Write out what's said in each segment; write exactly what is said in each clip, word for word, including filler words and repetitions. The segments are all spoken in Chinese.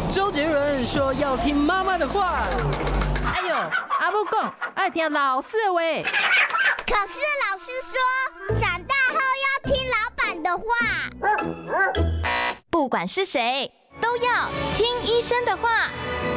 周杰伦说要听妈妈的话。 哎呦，阿母讲爱听老师的话。 可是老师说，长大后要听老板的话。 不管是谁，都要听医生的话。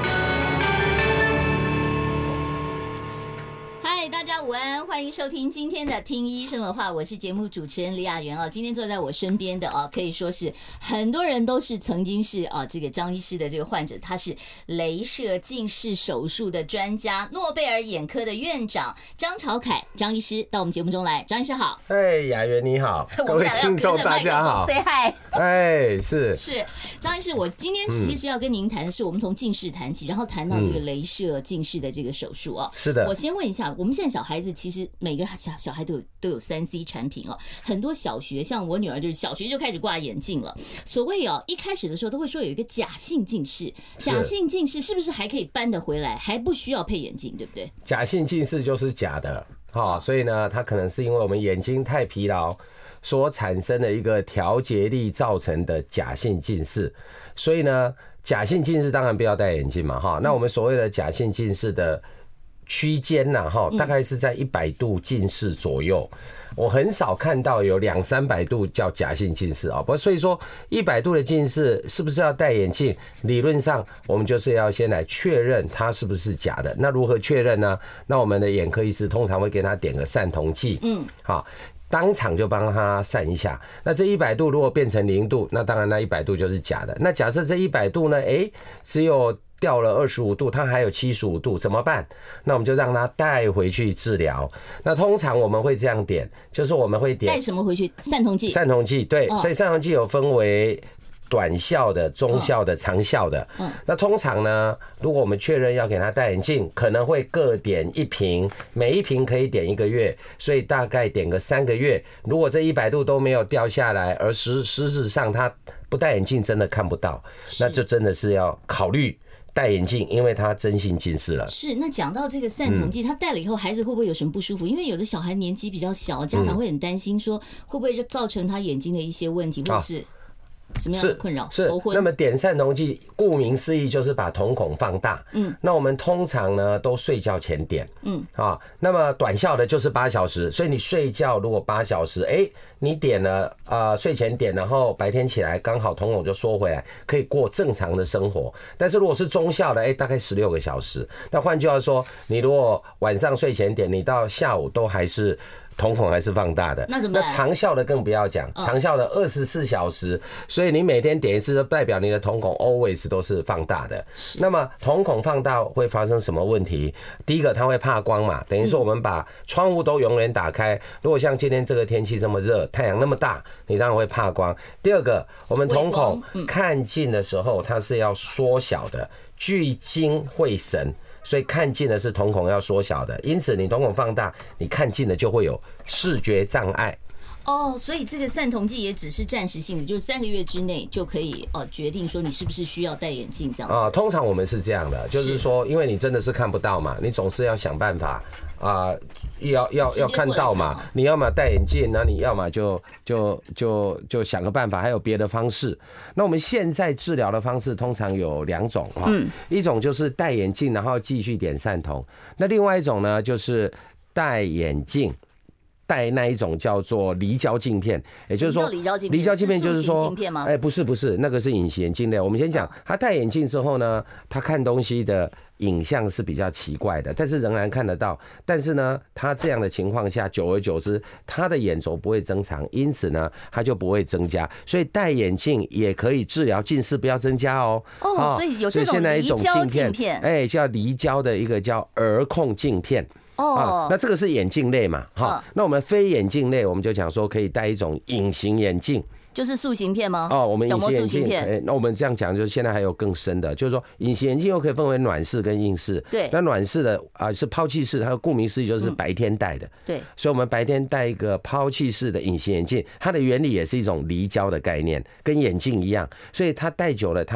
嗨，大家午安，欢迎收听今天的听医生的话，我是节目主持人李雅媛哦。今天坐在我身边的哦，可以说是很多人都是曾经是啊这个张医师的这个患者，他是雷射近视手术的专家，诺贝尔眼科的院长张朝凯张医师到我们节目中来。张医师好。 哎，雅媛你好，各位听众大家好。 Say hi。 哎，是是张医师，我今天其实要跟您谈的是，我们从近视谈起，然后谈到这个雷射近视的这个手术哦。 是的。 我先问一下，我们现在小孩子其实每个小小孩都有都有三 C 产品哦，很多小学像我女儿就是小学就开始挂眼镜了。所谓哦，一开始的时候都会说有一个假性近视，假性近视是不是还可以扳得回来，还不需要配眼镜，对不对？ 假性近视就是假的，哦，所以呢，它可能是因为我们眼睛太疲劳所产生的一个调节力造成的假性近视，所以呢，假性近视当然不要戴眼镜嘛，哈。那我们所谓的假性近视的区间呐，哈，大概是在一百度近视左右。我很少看到有两三百度叫假性近视啊，不过所以说一百度的近视是不是要戴眼镜？理论上我们就是要先来确认它是不是假的。那如何确认呢？那我们的眼科医师通常会给他点个散瞳剂，嗯，好。当场就帮他散一下。那这一百度如果变成零度，那当然那一百度就是假的。那假设这一百度呢，哎，只有掉了二十五度，它还有七十五度，怎么办？那我们就让他带回去治疗。那通常我们会这样点，就是我们会点带什么回去？散瞳剂。 散瞳剂，对， 哦、 所以散瞳剂有分为短效的、中效的、长效的。嗯，那通常呢，如果我们确认要给他戴眼镜，可能会各点一瓶，每一瓶可以点一个月，所以大概点个三个月。如果这一百度都没有掉下来，而实实质上他不戴眼镜真的看不到，那就真的是要考虑戴眼镜，因为他真性近视了。 是，那讲到这个散瞳剂，他戴了以后，孩子会不会有什么不舒服？因为有的小孩年纪比较小，家长会很担心，说会不会就造成他眼睛的一些问题，或者是什么样的困扰？ 是， 头昏。 那么点散瞳剂，顾名思义就是把瞳孔放大。嗯，那我们通常呢都睡觉前点。嗯，啊，那么短效的就是八小时，所以你睡觉如果八小时，哎、欸，你点了啊、呃，睡前点，然后白天起来刚好瞳孔就缩回来，可以过正常的生活。但是如果是中效的，哎、欸，大概十六个小时。那换句话说，你如果晚上睡前点，你到下午都还是瞳孔还是放大的， 那怎么办？ 那长效的更不要讲，长效的二十四小时，所以你每天点一次，就代表你的瞳孔 always 都是放大的。那么瞳孔放大会发生什么问题？第一个，它会怕光嘛，等于说我们把窗户都永远打开。如果像今天这个天气这么热，太阳那么大，你当然会怕光。第二个，我们瞳孔看近的时候，它是要缩小的，聚精会神。所以看近的是瞳孔要缩小的，因此你瞳孔放大，你看近的就会有视觉障碍。 哦，所以这个散瞳剂也只是暂时性的，就是三个月之内就可以呃决定说你是不是需要戴眼镜这样子啊。 通常我们是这样的，就是说，因为你真的是看不到嘛，你总是要想办法啊、呃，要要要看到嘛。你要么戴眼镜，那你要么就就就就想个办法，还有别的方式。那我们现在治疗的方式通常有两种哈，嗯，一种就是戴眼镜，然后继续点散瞳；那另外一种呢，就是戴眼镜。戴那一种叫做离焦镜片，也就是说，离焦镜片就是说，哎，不是不是，那个是隐形眼镜类。我们先讲，他戴眼镜之后呢，他看东西的影像是比较奇怪的，但是仍然看得到。但是呢，他这样的情况下，久而久之，他的眼轴不会增长，因此呢，他就不会增加。所以戴眼镜也可以治疗近视，不要增加哦。 哦，所以有这种离焦镜片， 哎，叫离焦的一个叫儿控镜片。哦、啊，那这个是眼镜类嘛，哈、嗯，那我们非眼镜类，我们就讲说可以戴一种隐形眼镜， 就是塑形片吗？ 哦，我们隐形眼镜， 哎、 欸，那我们这样讲，就是现在还有更深的，就是说隐形眼镜又可以分为暖式跟硬式。 对， 那暖式的啊、呃、是抛弃式，它顾名思义就是白天戴的。嗯、 对， 所以我们白天戴一个抛弃式的隐形眼镜，它的原理也是一种离焦的概念，跟眼镜一样，所以它戴久了它。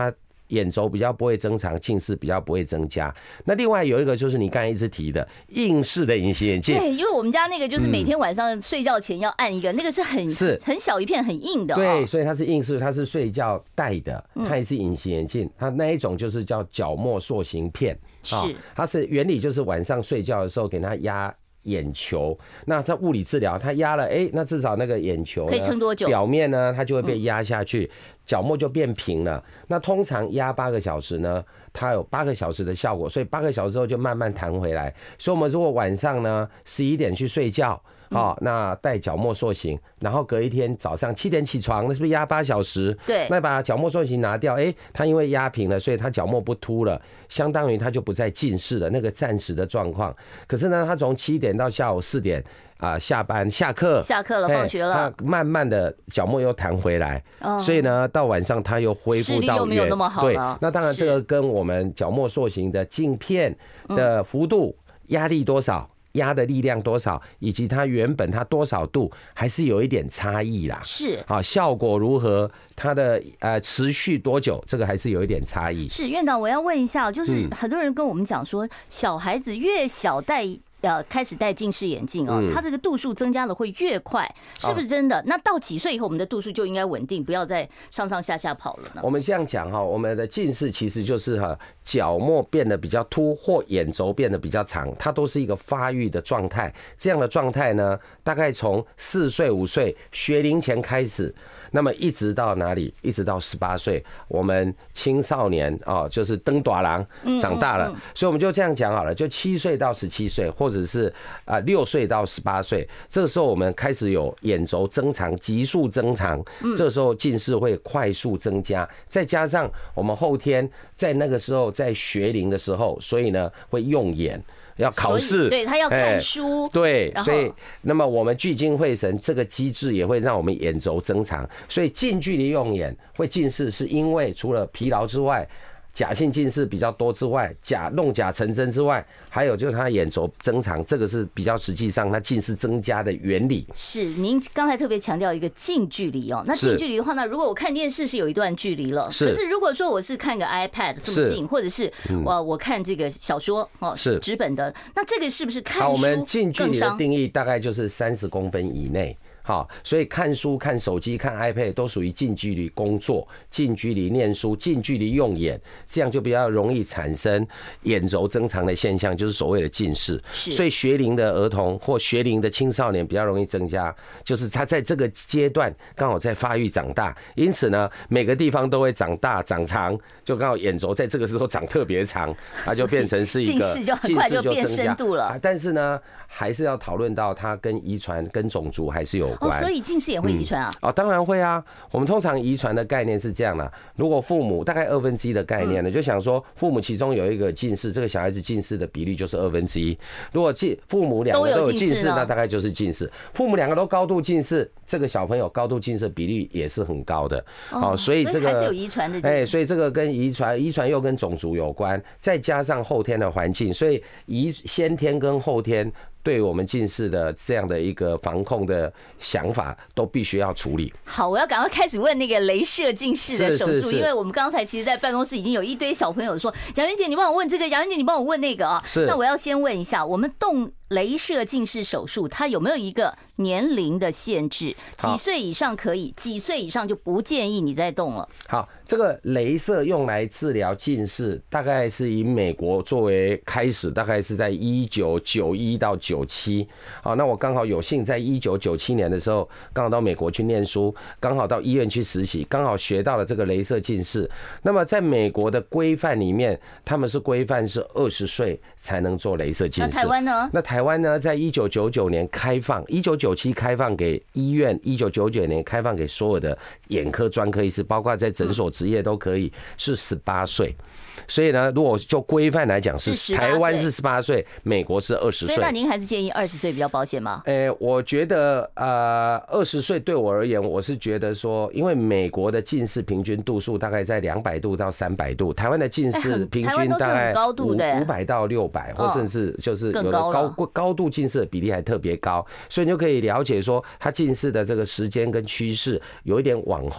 眼轴比较不会增长，近视比较不会增加。那另外有一个就是你刚才一直提的硬式的隐形眼镜， 对，因为我们家那个就是每天晚上睡觉前要按一个，嗯、那个是很是很小一片很硬的、哦， 对，所以它是硬式，它是睡觉戴的，它也是隐形眼镜，它那一种就是叫角膜塑形片， 是、 哦，它是原理就是晚上睡觉的时候给它压眼球，那在物理治疗，它压了，哎、欸，那至少那个眼球可以撑多久？ 表面呢，它就会被压下去，角膜就变平了。那通常压八个小时呢，它有八个小时的效果，所以八个小时之后就慢慢弹回来。所以我们如果晚上呢十一点去睡觉。哦，那戴角膜塑形，然后隔一天早上七点起床，那是不是压八小时？ 对， 那把角膜塑形拿掉，哎、欸，它因为压平了，所以它角膜不凸了，相当于它就不再近视了，那个暂时的状况。可是呢，它从七点到下午四点啊、呃、下班下课， 下课了，放学了， 它慢慢的角膜又弹回来，哦、所以呢，到晚上它又恢复到原，视力又没有那么好了。 对，那当然这个跟我们角膜塑形的镜片的幅度、压力多少。压的力量多少，以及它原本它多少度，还是有一点差异啦。 是啊，效果如何，它的呃持续多久，这个还是有一点差异。 是院长，我要问一下，就是很多人跟我们讲说，小孩子越小戴。呃，开始戴近视眼镜哦，它这个度数增加的会越快，是不是真的？那到几岁以后，我们的度数就应该稳定，不要再上上下下跑了呢？ 我们这样讲哈，我们的近视其实就是哈角膜变得比较凸，或眼轴变得比较长，它都是一个发育的状态。这样的状态呢，大概从四岁、五岁学龄前开始。那么一直到哪里？一直到十八岁，我们青少年哦，就是登大人长大了，所以我们就这样讲好了，就七岁到十七岁，或者是啊六岁到十八岁，这个时候我们开始有眼轴增长，急速增长，这个时候近视会快速增加，再加上我们后天在那个时候在学龄的时候，所以呢会用眼。要考试， 对他要看书， 欸、对，所以那么我们聚精会神，这个机制也会让我们眼轴增长，所以近距离用眼会近视，是因为除了疲劳之外。假性近视比较多之外，假弄假成真之外，还有就是它眼轴增长，这个是比较实际上它近视增加的原理。 是，您刚才特别强调一个近距离哦，那近距离的话呢，如果我看电视是有一段距离了，可是如果说我是看个 iPad 这么近，或者是我我看这个小说哦，是纸本的，那这个是不是看书好，我们近距离的定义大概就是三十公分以内。好，所以看书、看手机、看 iPad 都属于近距离工作、近距离念书、近距离用眼，这样就比较容易产生眼轴增长的现象，就是所谓的近视。所以学龄的儿童或学龄的青少年比较容易增加，就是他在这个阶段刚好在发育长大，因此呢，每个地方都会长大长长，就刚好眼轴在这个时候长特别长，它就变成是一个近视就很快就变深度了。 但是呢，还是要讨论到它跟遗传、跟种族还是有。 哦，所以近视也会遗传啊？ 嗯、哦，当然会啊。我们通常遗传的概念是这样的：如果父母大概二分之一的概念呢，就想说父母其中有一个近视，这个小孩子近视的比例就是二分之一。如果近父母两个都有近视，那大概就是近视。父母两个都高度近视，这个小朋友高度近视比例也是很高的。哦，所以这个还是有遗传的。 哎，所以这个跟遗传、遗传又跟种族有关，再加上后天的环境，所以遗先天跟后天。对我们近视的这样的一个防控的想法，都必须要处理。 好，我要赶快开始问那个雷射近视的手术，因为我们刚才其实，在办公室已经有一堆小朋友说：“杨元姐，你帮我问这个；杨元姐，你帮我问那个啊。”是。那我要先问一下，我们动雷射近视手术，它有没有一个年龄的限制？几岁以上可以，几岁以上就不建议你再动了。 好，这个雷射用来治疗近视，大概是以美国作为开始，大概是在一九九一到九七。好，那我刚好有幸在一九九七年的时候，刚好到美国去念书，刚好到医院去实习，刚好学到了这个雷射近视。那么在美国的规范里面，他们是规范是二十岁才能做雷射近视。 那台湾呢？ 那台湾呢，在一九九九年开放，一九九七开放给医院，一九九九年开放给所有的眼科专科医师，包括在诊所执业都可以，是十八岁。所以呢，如果就规范来讲，是台湾是十八岁，美国是二十岁。 所以那您还是建议二十岁比较保险吗？ 诶，我觉得呃，二十岁对我而言，我是觉得说，因为美国的近视平均度数大概在两百度到三百度，台湾的近视平均大概五百到六百，或甚至就是有的高高度近视的比例还特别高，所以你就可以了解说，它近视的这个时间跟趋势有一点往后。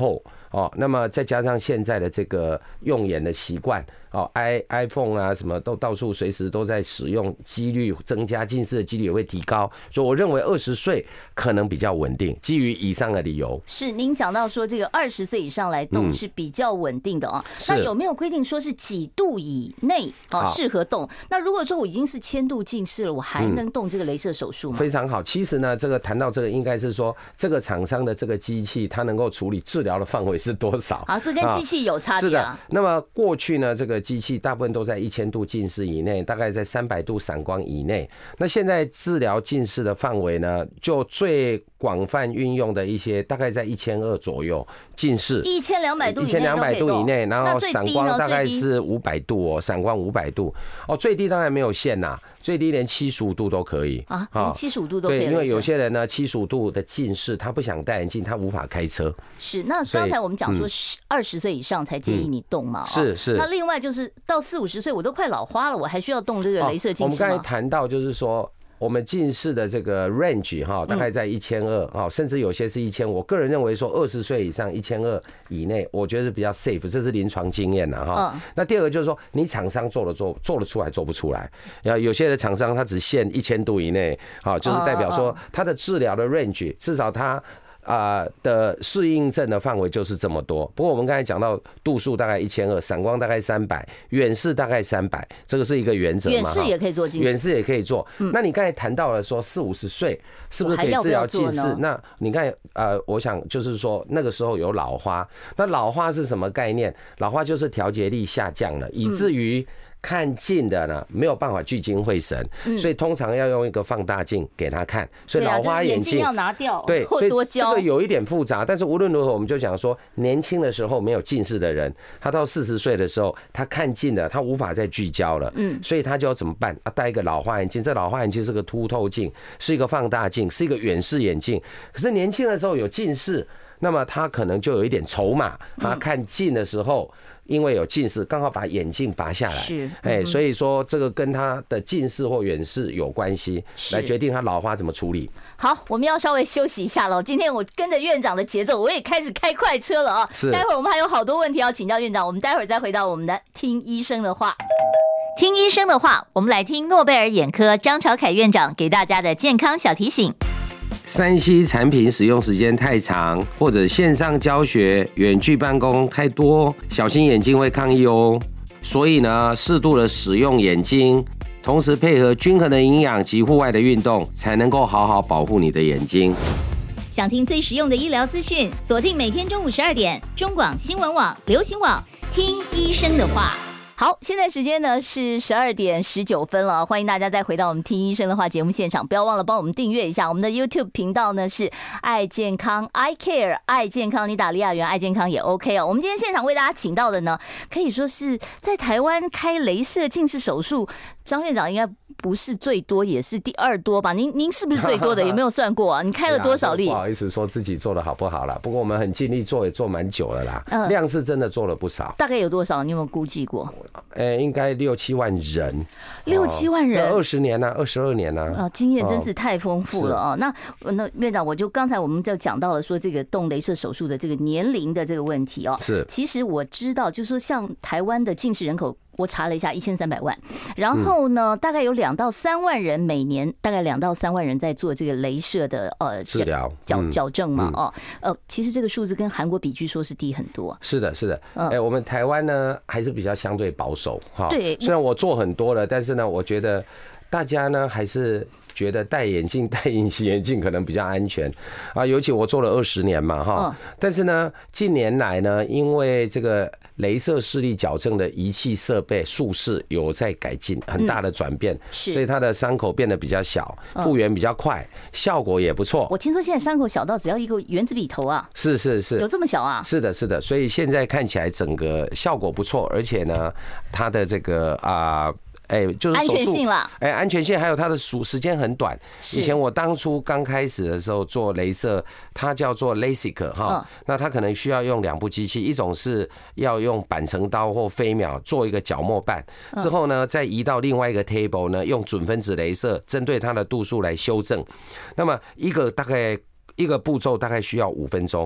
哦，那么再加上现在的这个用眼的习惯，哦 ，i iPhone 啊，什么都到处随时都在使用，几率增加，近视的几率也会提高。所以我认为二十岁可能比较稳定。基于以上的理由， 是您讲到说这个二十岁以上来动是比较稳定的啊、哦。嗯、那有没有规定说是几度以内啊适合动？那如果说我已经是千度近视了，我还能动这个雷射手术吗？ 非常好。其实呢，这个谈到这个，应该是说这个厂商的这个机器，它能够处理治疗的范围是多少？ 啊，这跟机器有差别啊。 是的。那么过去呢，这个机器大部分都在一千度近视以内，大概在三百度散光以内。那现在治疗近视的范围呢，就最广泛运用的一些，大概在一千二左右。近视一千两百度， 一千两百度以内，然后散光大概是五百度哦，散光五百度哦，最低当然没有限呐，最低连七十五度都可以啊，连七十五度都可以。 对，因为有些人呢，七十五度的近视，他不想戴眼镜，他无法开车。 是，那刚才我们讲说，二十岁以上才建议你动嘛， 嗯、是是。 那另外就是到四五十岁，我都快老花了，我还需要动这个雷射近视吗？ 我们刚才谈到就是说。我们近视的这个 range 哈，大概在一千二哈，甚至有些是一千。我个人认为说，二十岁以上一千二以内，我觉得是比较 safe， 这是临床经验呐哈。那第二个就是说，你厂商做了做做得出来，做不出来。然后有些的厂商他只限一千度以内，好，就是代表说他的治疗的 range 至少他。啊、呃、的适应症的范围就是这么多。不过我们刚才讲到度数大概一千二，散光大概三百，远视大概三百，这个是一个原则嘛。 远视也可以做近视， 远视也可以做。嗯、那你刚才谈到了说四五十岁是不是可以治疗近视？那你看呃，我想就是说那个时候有老花，那老花是什么概念？老花就是调节力下降了，以至于。看近的呢没有办法聚精会神，所以通常要用一个放大镜给他看。所以老花眼镜要拿掉， 对，所以这个有一点复杂。但是无论如何，我们就讲说，年轻的时候没有近视的人，他到四十岁的时候，他看近的他无法再聚焦了，嗯，所以他就要怎么办？啊，戴一个老花眼镜。这老花眼镜是个凸透镜，是一个放大镜，是一个远视眼镜。可是年轻的时候有近视，那么他可能就有一点筹码，他看近的时候。因为有近视，刚好把眼镜拔下来，是，哎，所以说这个跟他的近视或远视有关系，来决定他老花怎么处理。 好，我们要稍微休息一下了。今天我跟着院长的节奏，我也开始开快车了啊！是，待会儿我们还有好多问题要请教院长，我们待会儿再回到我们的听医生的话。听医生的话，我们来听诺贝尔眼科张朝凯院长给大家的健康小提醒。 三 C 产品使用时间太长，或者线上教学、远距办公太多，小心眼睛会抗议哦。所以呢，适度的使用眼睛，同时配合均衡的营养及户外的运动，才能够好好保护你的眼睛。 想听最实用的医疗资讯，锁定每天中午十二点，中广新闻网、流行网，听医生的话。好，现在时间呢是十二点十九分了，欢迎大家再回到我们听医生的话节目现场，不要忘了帮我们订阅一下我们的 YouTube 频道呢是爱健康 I Care 爱健康，你打李雅媛爱健康也 OK 哦。我们今天现场为大家请到的呢，可以说是在台湾开雷射近视手术，张院长应该不是最多，也是第二多吧？您您是不是最多的？有没有算过啊？你开了多少例？ 不好意思说自己做的好不好啦，不过我们很尽力做，也做蛮久了啦，嗯，量是真的做了不少。大概有多少？你有没有估计过？ 呃，应该六七万人， 六七万人， 二十年呢、啊，二十二年呢、啊， 啊，经验真是太丰富了啊！那那院长，我就刚才我们就讲到了说这个动雷射手术的这个年龄的这个问题哦，是，其实我知道，就是说像台湾的近视人口。我查了一下，一千三百万，然后呢，嗯、大概有两到三万人每年，大概两到三万人在做这个雷射的呃治疗矫矫正嘛，哦，呃，其实这个数字跟韩国比，据说是低很多。 是的，是的，哎、欸，我们台湾呢还是比较相对保守哈。 对， 虽然我做很多了，但是呢，我觉得大家呢还是觉得戴眼镜、戴隐形眼镜可能比较安全啊。尤其我做了二十年嘛哈，但是呢，近年来呢，因为这个雷射视力矫正的仪器设备术式有在改进，很大的转变，所以它的伤口变得比较小，复原比较快，效果也不错。 我听说现在伤口小到只要一个圆珠笔头啊， 是是是， 有这么小啊？ 是的，是的，所以现在看起来整个效果不错，而且呢，它的这个啊。哎，就是安全性了。 哎，安全性还有它的时时间很短。以前我当初刚开始的时候做雷射，它叫做 LASIK 哈，那它可能需要用两部机器，一种是要用板层刀或飞秒做一个角膜瓣，之后呢再移到另外一个 table 呢，用准分子雷射针对它的度数来修正。那么一个大概。一个步骤大概需要五分钟，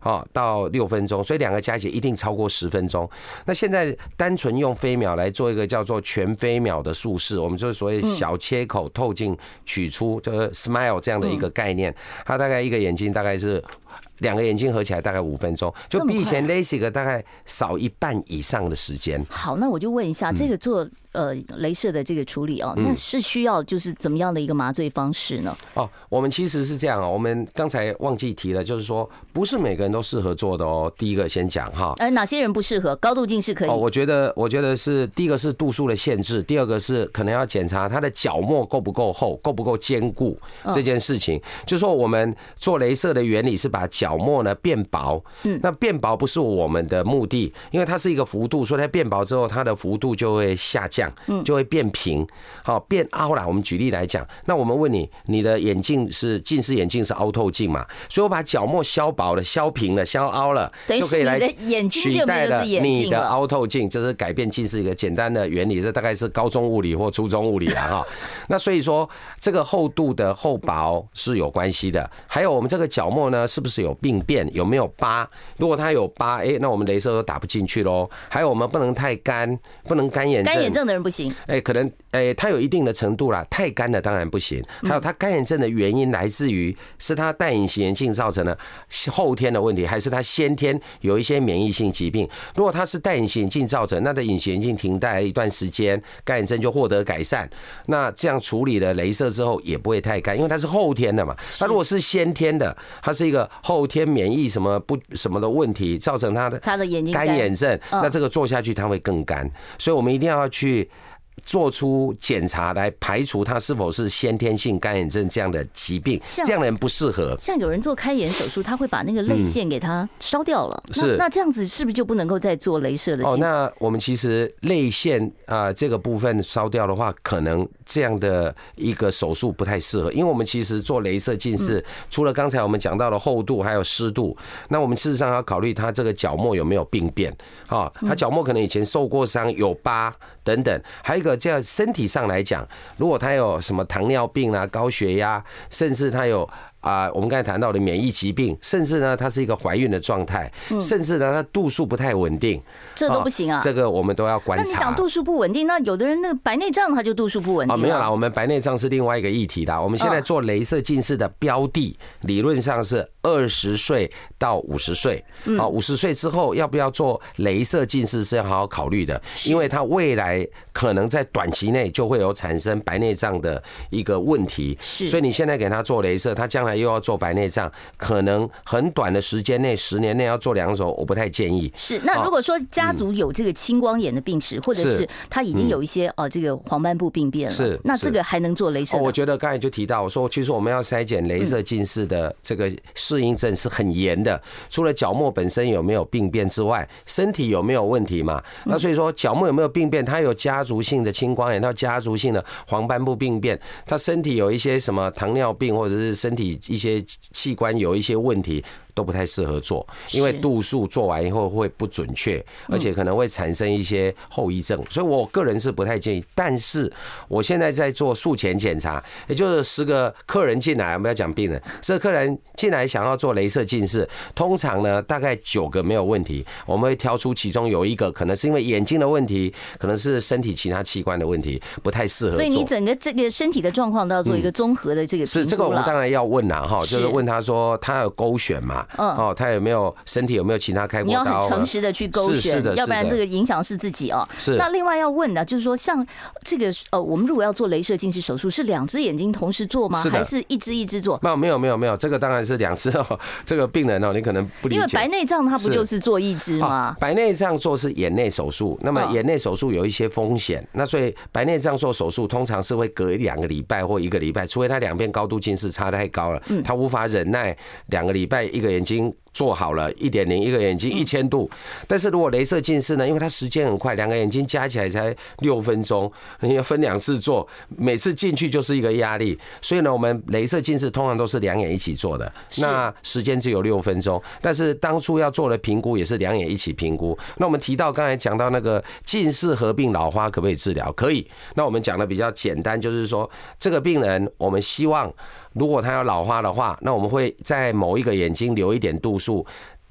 哦，到六分钟，所以两个加起来一定超过十分钟。那现在单纯用飞秒来做一个叫做全飞秒的术式，我们就是所谓小切口透镜取出，就是 smile 这样的一个概念。它大概一个眼睛大概是两个眼睛合起来大概五分钟，就比以前 LASIK 大概少一半以上的时间。 好，那我就问一下，这个做呃雷射的这个处理哦，那是需要就是怎么样的一个麻醉方式呢？ 哦，我们其实是这样哦，我们刚才忘记提了，就是说不是每个人都适合做的哦。第一个先讲哈， 呃，哪些人不适合？高度近视可以？ 哦，我觉得我觉得是第一个是度数的限制，第二个是可能要检查它的角膜够不够厚，够不够坚固这件事情。就是说我们做雷射的原理是把角膜呢变薄，嗯，那变薄不是我们的目的，因为它是一个幅度，所以它变薄之后，它的幅度就会下降，嗯，就会变平，好变凹啦。我们举例来讲，那我们问你，你的眼镜是近视眼镜是凹透镜嘛？所以我把角膜削薄了、削平了、削凹了，就可以来取代了你的凹透镜，就是改变近视一个简单的原理。这大概是高中物理或初中物理了哈。那所以说，这个厚度的厚薄是有关系的。还有我们这个角膜呢，是不是有病变？有没有疤？如果它有疤，哎，那我们雷射都打不进去喽。还有我们不能太干，不能干眼症。 干眼症的人不行。 哎，可能哎，它有一定的程度啦，太干的当然不行。还有它干眼症的原因来自于是它戴隐形眼镜造成的后天的问题，还是它先天有一些免疫性疾病？如果它是戴隐形眼镜造成，那的隐形眼镜停戴一段时间，干眼症就获得改善。那这样处理了雷射之后也不会太干，因为它是后天的嘛。那如果是先天的，它是一个后天免疫什么不什么的问题，造成它的他的眼睛干眼症，那这个做下去它会更干，所以我们一定要去做出检查来排除它是否是先天性干眼症这样的疾病，这样的人不适合。 像有人做开眼手术，他会把那个泪腺给它烧掉了， 是、嗯、 那, 那这样子是不是就不能够再做雷射的？ 哦，那我们其实泪腺啊这个部分烧掉的话，可能这样的一个手术不太适合，因为我们其实做雷射近视，除了刚才我们讲到的厚度还有湿度，那我们事实上要考虑它这个角膜有没有病变啊，它角膜可能以前受过伤、有疤等等，还有一个这样身体上来讲，如果他有什么糖尿病啊、高血压，甚至他有啊，我们刚才谈到的免疫疾病，甚至呢，它是一个怀孕的状态，甚至呢，它度数不太稳定， 这都不行啊。 这个我们都要观察。 那你想度数不稳定，那有的人那个白内障他就度数不稳定啊。 没有啦，我们白内障是另外一个议题啦。我们现在做雷射近视的标的，理论上是二十岁到五十岁。啊，五十岁之后要不要做雷射近视是要好好考虑的，因为它未来可能在短期内就会有产生白内障的一个问题。 是， 所以你现在给他做雷射，他将来又要做白内障，可能很短的时间内，十年内要做两手，我不太建议。 是，那如果说家族有这个青光眼的病史，或者是他已经有一些呃这个黄斑部病变了， 是， 那这个还能做雷射？ 我觉得刚才就提到，我说其实我们要筛检雷射近视的这个适应症是很严的，除了角膜本身有没有病变之外，身体有没有问题嘛？那所以说角膜有没有病变，它有家族性的青光眼，它有家族性的黄斑部病变，它身体有一些什么糖尿病或者是身体一些器官有一些问题，都不太适合做，因为度数做完以后会不准确，而且可能会产生一些后遗症，所以我个人是不太建议。但是我现在在做术前检查，也就是十个客人进来，我们要讲病人，十个客人进来想要做雷射近视，通常呢大概九个没有问题，我们会挑出其中有一个可能是因为眼睛的问题，可能是身体其他器官的问题，不太适合做。 所以你整个这个身体的状况都要做一个综合的这个评估啦。 是这个我们当然要问啦哈，就是问他说他有勾选嘛，哦，他有没有身体有没有其他开过刀？ 你要很诚实的去勾选，要不然这个影响是自己哦。 是。 那另外要问的就是说，像这个呃，我们如果要做雷射近视手术，是两只眼睛同时做吗？还是一只一只做？ 没有没有没有没有，这个当然是两只哦。这个病人哦，你可能不理解。 因为白内障它不就是做一只吗？ 白内障做是眼内手术，那么眼内手术有一些风险，那所以白内障做手术通常是会隔两个礼拜或一个礼拜，除非他两边高度近视差太高了，他无法忍耐两个礼拜一个眼睛做好了 一点零 一个眼睛一千度，但是如果雷射近视呢，因为它时间很快，两个眼睛加起来才六分钟，你要分两次做，每次进去就是一个压力，所以呢，我们雷射近视通常都是两眼一起做的，那时间只有六分钟，但是当初要做的评估也是两眼一起评估。那我们提到刚才讲到那个近视合并老花可不可以治疗？可以。那我们讲的比较简单，就是说这个病人我们希望如果他要老花的话，那我们会在某一个眼睛留一点度数，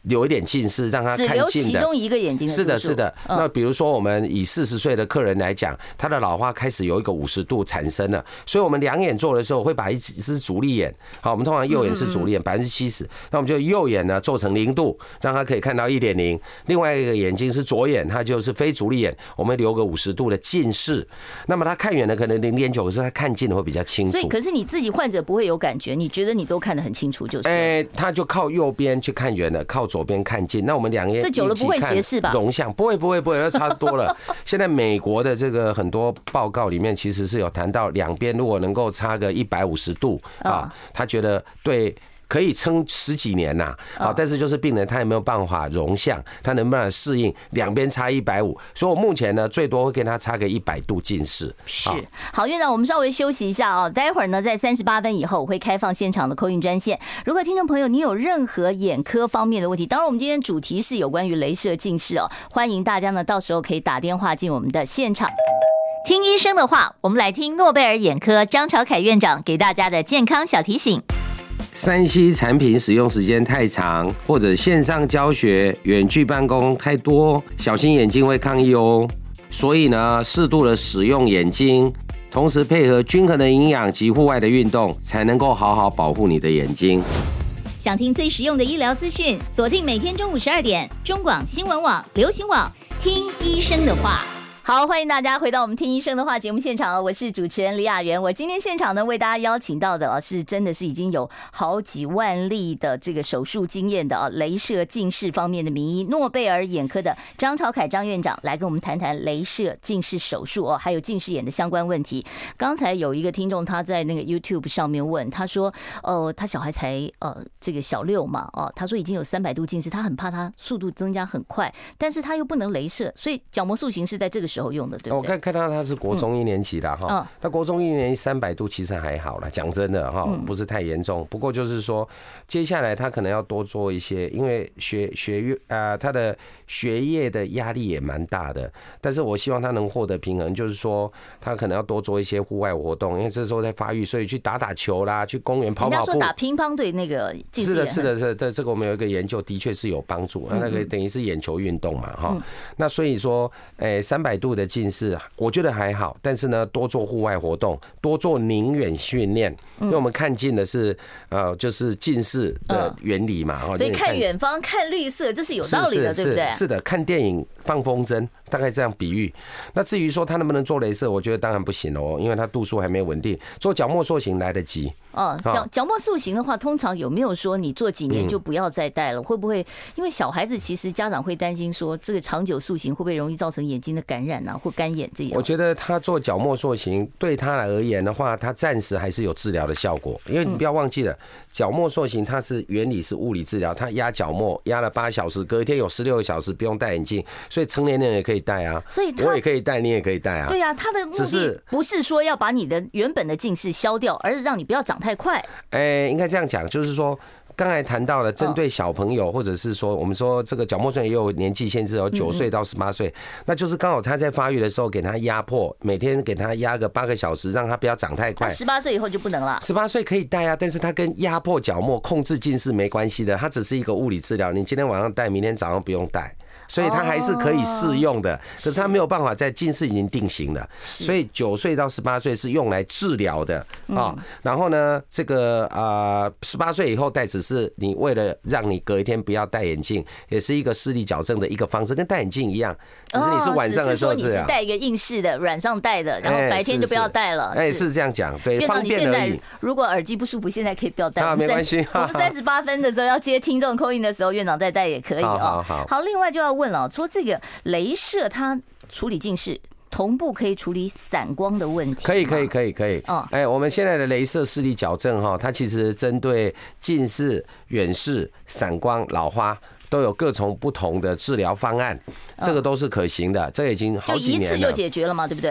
留一点近视，让他看近的。 只留其中一个眼睛的度数。 是的，是的。那比如说我们以四十岁的客人来讲，他的老花开始有一个五十度产生了，所以我们两眼做的时候会把一只主力眼，好，我们通常右眼是主力眼百分之七十，那我们就右眼呢做成零度，让他可以看到一点零。另外一个眼睛是左眼，它就是非主力眼，我们留个五十度的近视。那么他看远的可能零点九，可是他看近的会比较清楚。 所以，可是你自己患者不会有感觉，你觉得你都看得很清楚就是。 哎，他就靠右边去看远了，靠左边看近。那我们两眼这久了不会斜视吧？ 容像不会不会不会，差多了。现在美国的这个很多报告里面其实是有谈到，两边如果能够差个一百五十度啊，他觉得对。可以撑十几年呐，啊，但是就是病人他有没有办法容像，他能不能适应两边差一百五，所以我目前呢最多会跟他差个一百度近视。 是，好，院长，我们稍微休息一下啊，待会儿呢在三十八分以后我会开放现场的 call in 专线，如果听众朋友你有任何眼科方面的问题，当然我们今天主题是有关于雷射近视哦，欢迎大家呢到时候可以打电话进我们的现场。听医生的话，我们来听诺贝尔眼科张朝凯院长给大家的健康小提醒。 三 C 产品使用时间太长，或者线上教学、远距办公太多，小心眼睛会抗议哦。所以呢，适度的使用眼睛，同时配合均衡的营养及户外的运动，才能够好好保护你的眼睛。 想听最实用的医疗资讯，锁定每天中午十二点，中广新闻网、流行网，听医生的话。好，欢迎大家回到我们听医生的话节目现场，我是主持人李雅媛。我今天现场呢为大家邀请到的是真的是已经有好几万例的这个手术经验的啊，雷射近视方面的名医，诺贝尔眼科的张朝凯张院长来跟我们谈谈雷射近视手术哦，还有近视眼的相关问题。刚才有一个听众他在那个 YouTube 上面问，他说，呃，他小孩才呃这个小六嘛，哦，他说已经有三百度近视，他很怕他速度增加很快，但是他又不能雷射，所以角膜塑形是在这个时候用的，对不对？ 我看看到他是国中一年级的哈，嗯、那国中一年级三百度其实还好啦，讲真的哈，不是太严重。不过就是说，接下来他可能要多做一些，因为学学业啊、呃，他的学业的压力也蛮大的。但是我希望他能获得平衡，就是说他可能要多做一些户外活动，因为这时候在发育，所以去打打球啦，去公园跑跑步。人家说打乒乓对那个近视眼是的，是的，是的，这个我们有一个研究，的确是有帮助。那个等于是眼球运动嘛，哈、嗯。那所以说，诶、欸，三百度的近视，我觉得还好，但是呢，多做户外活动，多做宁远训练，因为我们看近的是呃，就是近视的原理嘛， 所以看远方、看绿色，这是有道理的，对不对？ 是的，看电影放风筝，大概这样比喻。那至于说他能不能做雷射，我觉得当然不行哦，因为他度数还没稳定。做角膜塑形来得及。 哦，角角膜塑形的话，通常有没有说你做几年就不要再戴了？会不会因为小孩子其实家长会担心说，这个长久塑形会不会容易造成眼睛的感染啊，或干眼这样？ 我觉得他做角膜塑形对他而言的话，他暂时还是有治疗的效果，因为你不要忘记了，角膜塑形它是原理是物理治疗，它压角膜压了八小时，隔一天有十六个小时不用戴眼镜，所以成年人也可以戴啊，所以我也可以戴，你也可以戴啊。 对啊，他的目的不是说要把你的原本的近视消掉，而是让你不要长太快。 哎，应该这样讲，就是说。刚才谈到了针对小朋友，或者是说我们说这个角膜塑形也有年纪限制，有九岁到十八岁，那就是刚好他在发育的时候给他压迫，每天给他压个八个小时，让他不要长太快。 十八岁以后就不能了。 十八岁可以戴啊，但是他跟压迫角膜、控制近视没关系的，它只是一个物理治疗。你今天晚上戴，明天早上不用戴。所以它还是可以适用的，可是它没有办法在近视已经定型了。所以九岁到十八岁是用来治疗的啊。然后呢，这个啊十八岁以后戴，只是你为了让你隔一天不要戴眼镜，也是一个视力矫正的一个方式，跟戴眼镜一样，只是你是晚上的时候这样。 你是戴一个硬式的软上戴的，然后白天就不要戴了。 哎，是这样讲，对，方便而已。 如果耳机不舒服，现在可以不要戴。 啊，没关系。 我们三十八分的时候要接听众 call in 的时候，院长再戴也可以哦。 好， 好，另外就要。问了，说这个雷射它处理近视，同步可以处理散光的问题。 可以，可以，可以，可以。哦，哎，我们现在的雷射视力矫正哈，它其实针对近视、远视、散光、老花。都有各种不同的治疗方案，这个都是可行的，这个已经好几年了。 就一次就解决了嘛，对不对？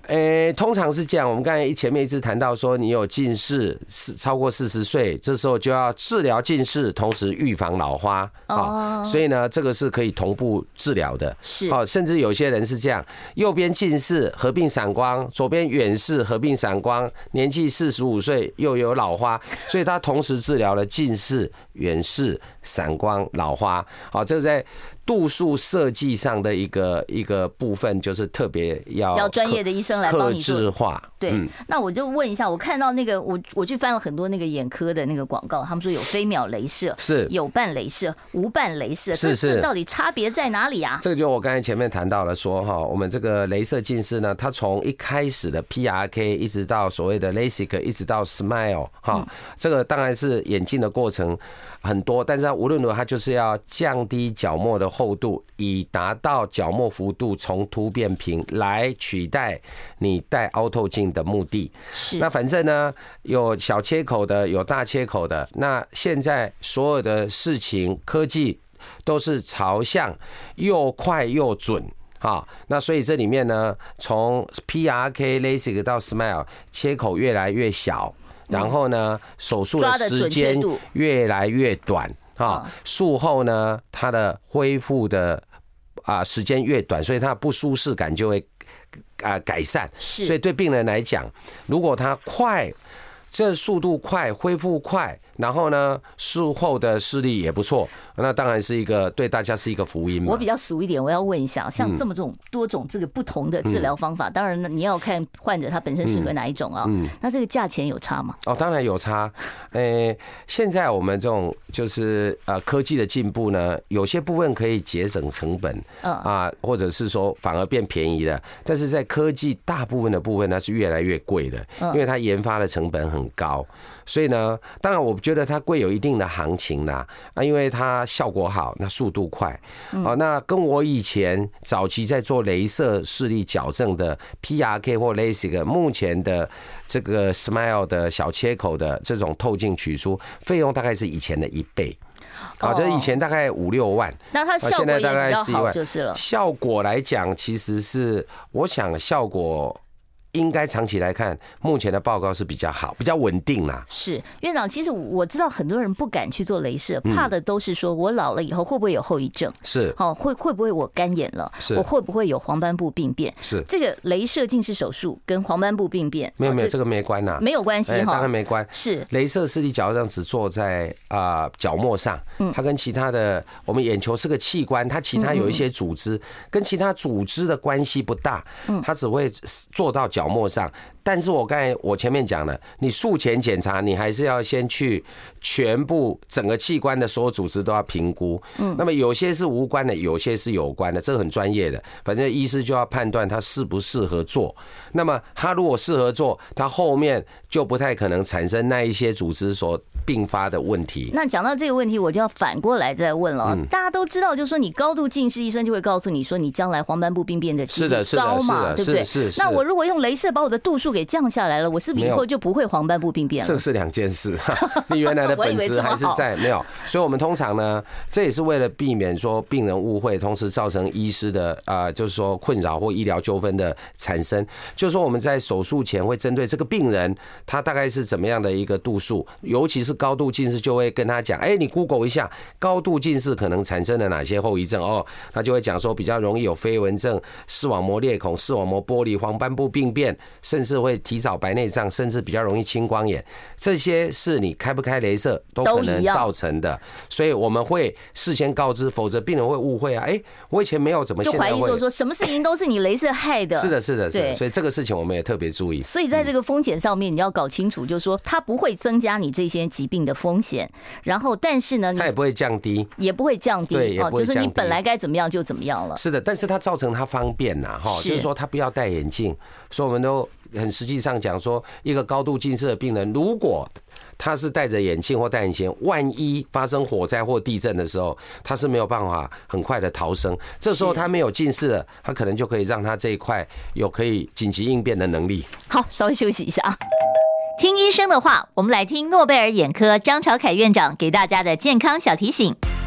诶、欸，通常是这样。我们刚才前面一直谈到说，你有近视，是超过四十岁，这时候就要治疗近视，同时预防老花。哦，所以呢，这个是可以同步治疗的。 是， 哦，甚至有些人是这样，右边近视合并散光，左边远视合并散光，年纪四十五岁又有老花，所以他同时治疗了近视、远视、散光、老花。好，这个在度数设计上的一个一个部分，就是特别要要专业的医生来帮你做客制化。 对，嗯、那我就问一下，我看到那个我我去翻了很多那个眼科的那个广告，他们说有飞秒雷射， 是有伴雷射、无伴雷射， 是是， 这到底差别在哪里啊？ 这个就我刚才前面谈到了说哈，我们这个雷射近视呢，它从一开始的 P R K 一直到所谓的 LASIK， 一直到 SMILE 哈、嗯，这个当然是演进的过程很多，但是它无论如何，它就是要降低角膜的厚度，以达到角膜幅度从凸变平，来取代你戴凹透镜的目的。 是。 那反正呢，有小切口的，有大切口的。那现在所有的事情，科技都是朝向又快又准。好，那所以这里面呢，从 P R K、LASIK 到 SMILE， 切口越来越小。然后呢，手术的时间越来越短啊，术后呢，它的恢复的啊时间越短，所以它的不舒适感就会啊改善。 是， 所以对病人来讲，如果他快，这速度快，恢复快，然后呢，术后的视力也不错，那当然是一个对大家是一个福音嘛。 我比较俗一点，我要问一下，像这么种多种这个不同的治疗方法，嗯、当然你要看患者他本身适合哪一种啊、嗯嗯。那这个价钱有差吗？ 哦，当然有差。呃，现在我们这种就是呃科技的进步呢，有些部分可以节省成本，嗯啊，或者是说反而变便宜了。但是在科技大部分的部分呢是越来越贵的，因为它研发的成本很高。所以呢，当然我觉得它贵有一定的行情啦，啊，因为它效果好，那速度快，好，那跟我以前早期在做雷射视力矫正的 P R K 或 LASIK， 目前的这个 SMILE 的小切口的这种透镜取出，费用大概是以前的一倍。啊，就是以前大概五六万， 那它效果也比较好就是了。 效果来讲，其实是我想效果。应该长期来看，目前的报告是比较好，比较稳定啦。 是院长，其实我知道很多人不敢去做雷射，怕的都是说我老了以后会不会有后遗症？ 是， 好，会会不会我干眼了？ 是， 我会不会有黄斑部病变？ 是， 这个雷射近视手术跟黄斑部病变没有没有这个没关呐， 没有关系哈， 当然没关。 是， 雷射视力矫正只做在啊角膜上，它跟其他的我们眼球是个器官，它其他有一些组织跟其他组织的关系不大，它只会做到角膜上。但是我刚才我前面讲了，你术前检查，你还是要先去全部整个器官的所有组织都要评估。嗯，那么有些是无关的，有些是有关的，这个很专业的。反正医师就要判断他适不适合做。那么他如果适合做，他后面就不太可能产生那一些组织所并发的问题。 那讲到这个问题，我就要反过来再问了。嗯、大家都知道，就是说你高度近视，医生就会告诉你说你将来黄斑部病变的几率高嘛，对不对？ 是是。 那我如果用雷射把我的度数给降下来了，我是不是以后就不会黄斑部病变了？ 这是两件事，你原来的本质还是在没有。所以我们通常呢，这也是为了避免说病人误会，同时造成医师的啊、呃，就是说困扰或医疗纠纷的产生。就是说我们在手术前会针对这个病人，他大概是怎么样的一个度数，尤其是高度近视，就会跟他讲，哎，你 Google 一下高度近视可能产生了哪些后遗症哦，他就会讲说比较容易有飞蚊症、视网膜裂孔、视网膜剥离、黄斑部病变，甚至会提早白内障，甚至比较容易青光眼，这些是你开不开雷射都可能造成的，所以我们会事先告知，否则病人会误会啊，哎，我以前没有，怎么现在会？ 就怀疑说说什么事情都是你雷射害的。 是的，是的，是的，所以这个事情我们也特别注意。 所以在这个风险上面，你要搞清楚，就是说它不会增加你这些疾病的风险，然后但是呢， 它也不会降低， 也不会降低， 对，也不会降低， 就是你本来该怎么样就怎么样了。 是的，但是它造成它方便呐，哈，就是说他不要戴眼镜，所以我们都很实际上讲说，一个高度近视的病人，如果他是戴着眼镜或戴眼镜，万一发生火灾或地震的时候，他是没有办法很快的逃生。这时候他没有近视了，他可能就可以让他这一块有可以紧急应变的能力。 好，稍微休息一下啊。听医生的话，我们来听诺贝尔眼科张朝凯院长给大家的健康小提醒。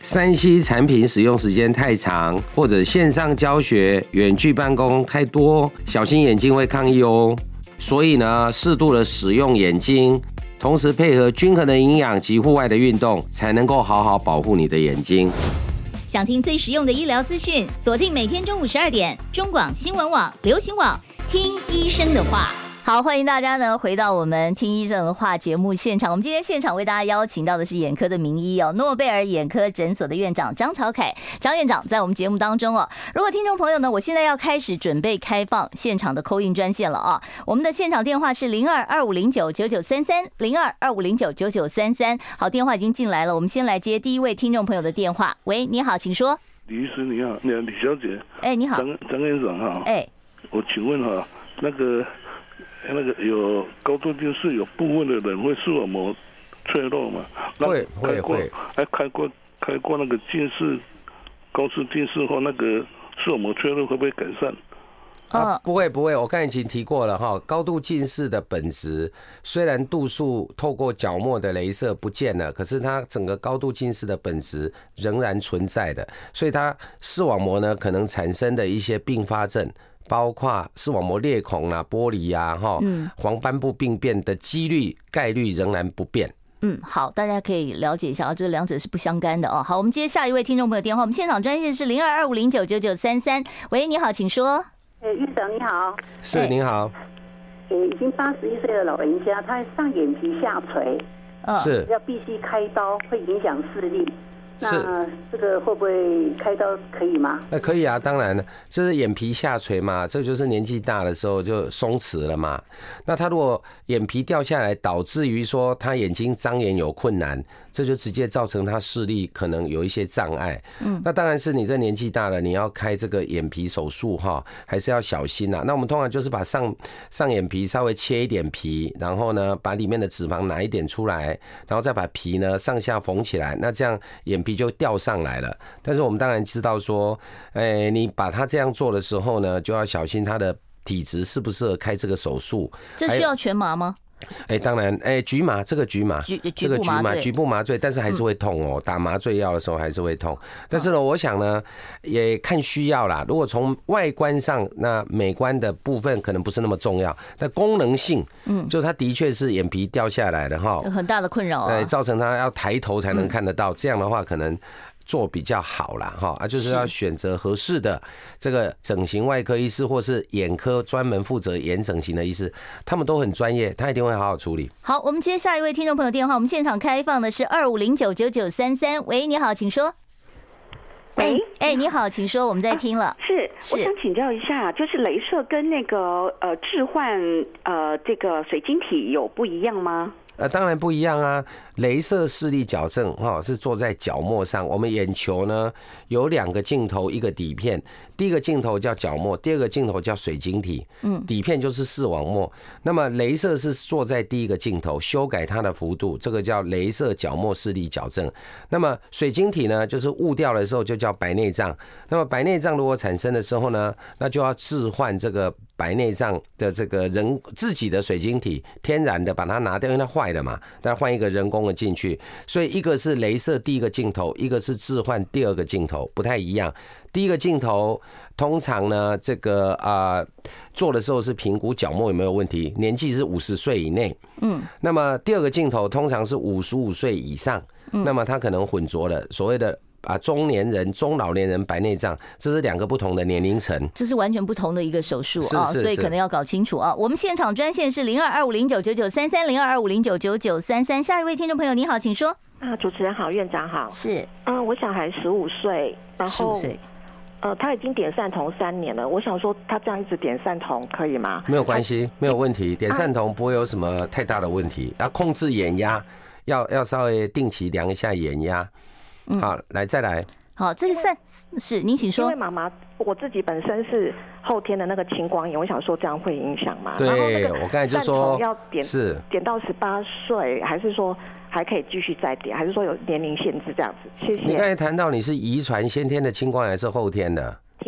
三 C 产品使用时间太长，或者线上教学、远距办公太多，小心眼睛会抗议哦。所以呢，适度的使用眼睛，同时配合均衡的营养及户外的运动，才能够好好保护你的眼睛。 想听最实用的医疗资讯，锁定每天中午十二点，中广新闻网、流行网，听医生的话。好，欢迎大家呢回到我们听医生的话节目现场。我们今天现场为大家邀请到的是眼科的名医哦，诺贝尔眼科诊所的院长张朝凯张院长在我们节目当中哦。如果听众朋友呢，我现在要开始准备开放现场的 call in 专线了啊。我们的现场电话是零二二五零九九九三三零二二五零九九九三三。好，电话已经进来了，我们先来接第一位听众朋友的电话。喂，你好，请说。 李医师你好，你好，李小姐。 哎，你好， 张张院长哈。 哎， 我请问哈，那个。那个有高度近视，有部分的人会视网膜脆弱嘛？ 会会会， 还开过开过那个近视，高视近视后那个视网膜脆弱会不会改善？ 啊，不会不会，我刚才已经提过了哈。高度近视的本质，虽然度数透过角膜的雷射不见了，可是它整个高度近视的本质仍然存在的，所以它视网膜呢可能产生的一些并发症。包括视网膜裂孔啊、剥离啊、哈、黄斑部病变的几率概率仍然不变。 嗯，好，大家可以了解一下啊，这两者是不相干的哦。好，我们接下一位听众朋友电话，我们现场专线是零二二五零九九九三三。喂，你好，请说。 哎，院长你好。 是，您好。 哎，已经八十一岁的老人家，他上眼皮下垂， 嗯， 是要必须开刀，会影响视力。那这个会不会开刀可以吗？ 那可以啊，当然了，就是眼皮下垂嘛，这就是年纪大的时候就松弛了嘛。那他如果眼皮掉下来，导致于说他眼睛张眼有困难，这就直接造成他视力可能有一些障碍。嗯，那当然是你这年纪大了，你要开这个眼皮手术哈，还是要小心啊。那我们通常就是把上上眼皮稍微切一点皮，然后呢把里面的脂肪拿一点出来，然后再把皮呢上下缝起来，那这样眼皮就掉上来了。但是我们当然知道说，哎，你把它这样做的时候呢，就要小心它的体质适不适合开这个手术。 这需要全麻吗？ 哎、欸，当然，哎、欸，局麻这个局麻，这个局麻局部麻醉，但是还是会痛哦。嗯、打麻醉药的时候还是会痛，但是呢，我想呢，也看需要啦。如果从外观上，那美观的部分可能不是那么重要，但功能性，嗯，就它的确是眼皮掉下来的哈， 很大的困扰啊， 对，造成它要抬头才能看得到，嗯、这样的话可能。做比较好啦，哈啊，就是要选择合适的这个整形外科医师，或是眼科专门负责眼整形的医师，他们都很专业，他一定会好好处理。 好，我们接下一位听众朋友电话，我们现场开放的是二五零九九九三三。喂，你好，请说。喂，哎、欸，你好，请说，我们在听了。啊、 是，我想请教一下，就是雷射跟那个呃置换呃这个水晶体有不一样吗？ 呃，当然不一样啊。雷射视力矫正哈是做在角膜上，我们眼球呢有两个镜头，一个底片。第一个镜头叫角膜，第二个镜头叫水晶体。嗯，底片就是视网膜。那么雷射是做在第一个镜头，修改它的幅度，这个叫雷射角膜视力矫正。那么水晶体呢，就是雾掉的时候就叫白内障。那么白内障如果产生的时候呢，那就要置换这个白内障的这个人自己的水晶体，天然的把它拿掉，因为它坏了嘛，那换一个人工的进去。所以一个是雷射第一个镜头，一个是置换第二个镜头，不太一样。第一个镜头通常呢，这个啊、呃、做的时候是评估角膜有没有问题，年纪是五十岁以内。嗯，那么第二个镜头通常是五十五岁以上，嗯、那么它可能混浊了所谓的。啊，中年人、中老年人白内障，这是两个不同的年龄层， 这是完全不同的一个手术啊，所以可能要搞清楚啊。我们现场专线是零二二五零九九九三三零二二五零九九九三三。下一位听众朋友，你好，请说。 啊，主持人好，院长好。 是， 嗯，我小孩十五岁，然后十五岁， 呃，他已经点散瞳三年了。我想说，他这样一直点散瞳可以吗？ 没有关系，没有问题，点散瞳不会有什么太大的问题。要控制眼压，要要稍微定期量一下眼压。好，来再来。 好，这个散是您请说。 因为妈妈我自己本身是后天的那个青光眼，我想说这样会影响吗？ 对， 然后那个我刚才就说要点是点到十八岁，还是说还可以继续再点，还是说有年龄限制这样子？谢谢。 你刚才谈到你是遗传先天的青光眼还是后天的？ 天